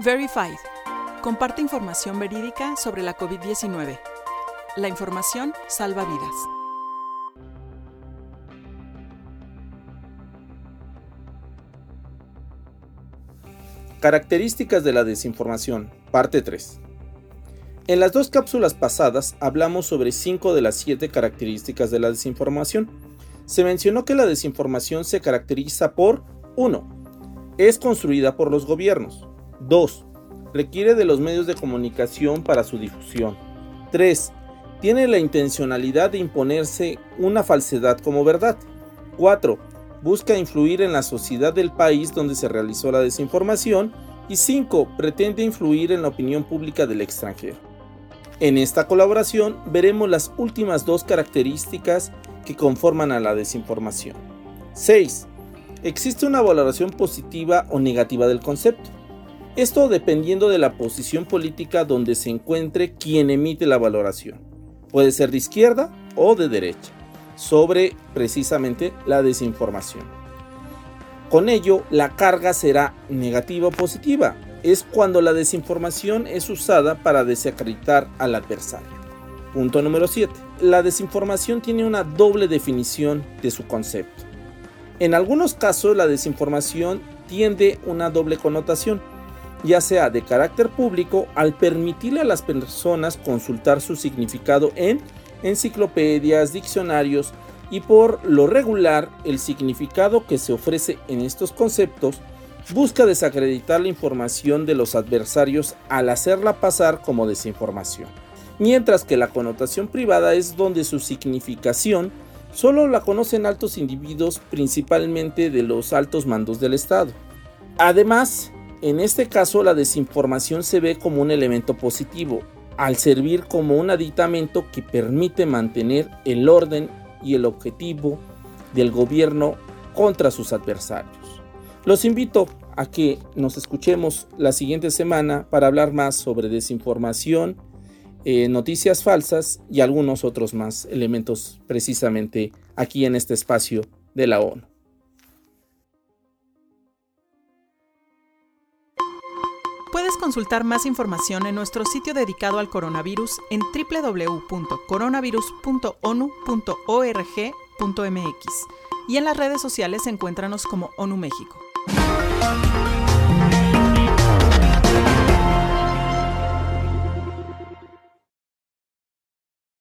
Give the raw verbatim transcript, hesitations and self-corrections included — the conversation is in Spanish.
Verified. Comparte información verídica sobre la COVID diecinueve. La información salva vidas. Características de la desinformación, parte tres. En las dos cápsulas pasadas hablamos sobre cinco de las siete características de la desinformación. Se mencionó que la desinformación se caracteriza por uno. Es construida por los gobiernos. dos. Requiere de los medios de comunicación para su difusión. tres. Tiene la intencionalidad de imponerse una falsedad como verdad. cuatro. Busca influir en la sociedad del país donde se realizó la desinformación. Y cinco. Pretende influir en la opinión pública del extranjero. En esta colaboración veremos las últimas dos características que conforman a la desinformación. seis. Existe una valoración positiva o negativa del concepto. Esto dependiendo de la posición política donde se encuentre quien emite la valoración. Puede ser de izquierda o de derecha, sobre precisamente la desinformación. Con ello, la carga será negativa o positiva. Es cuando la desinformación es usada para desacreditar al adversario. Punto número siete. La desinformación tiene una doble definición de su concepto. En algunos casos, la desinformación tiende una doble connotación, ya sea de carácter público al permitirle a las personas consultar su significado en enciclopedias, diccionarios y por lo regular el significado que se ofrece en estos conceptos busca desacreditar la información de los adversarios al hacerla pasar como desinformación, mientras que la connotación privada es donde su significación solo la conocen altos individuos, principalmente de los altos mandos del Estado. Además, en este caso la desinformación se ve como un elemento positivo, al servir como un aditamento que permite mantener el orden y el objetivo del gobierno contra sus adversarios. Los invito a que nos escuchemos la siguiente semana para hablar más sobre desinformación, eh, noticias falsas y algunos otros más elementos precisamente aquí en este espacio de la ONU. Puedes consultar más información en nuestro sitio dedicado al coronavirus en doble u doble u doble u punto coronavirus punto onu punto org punto m x y en las redes sociales encuéntranos como ONU México.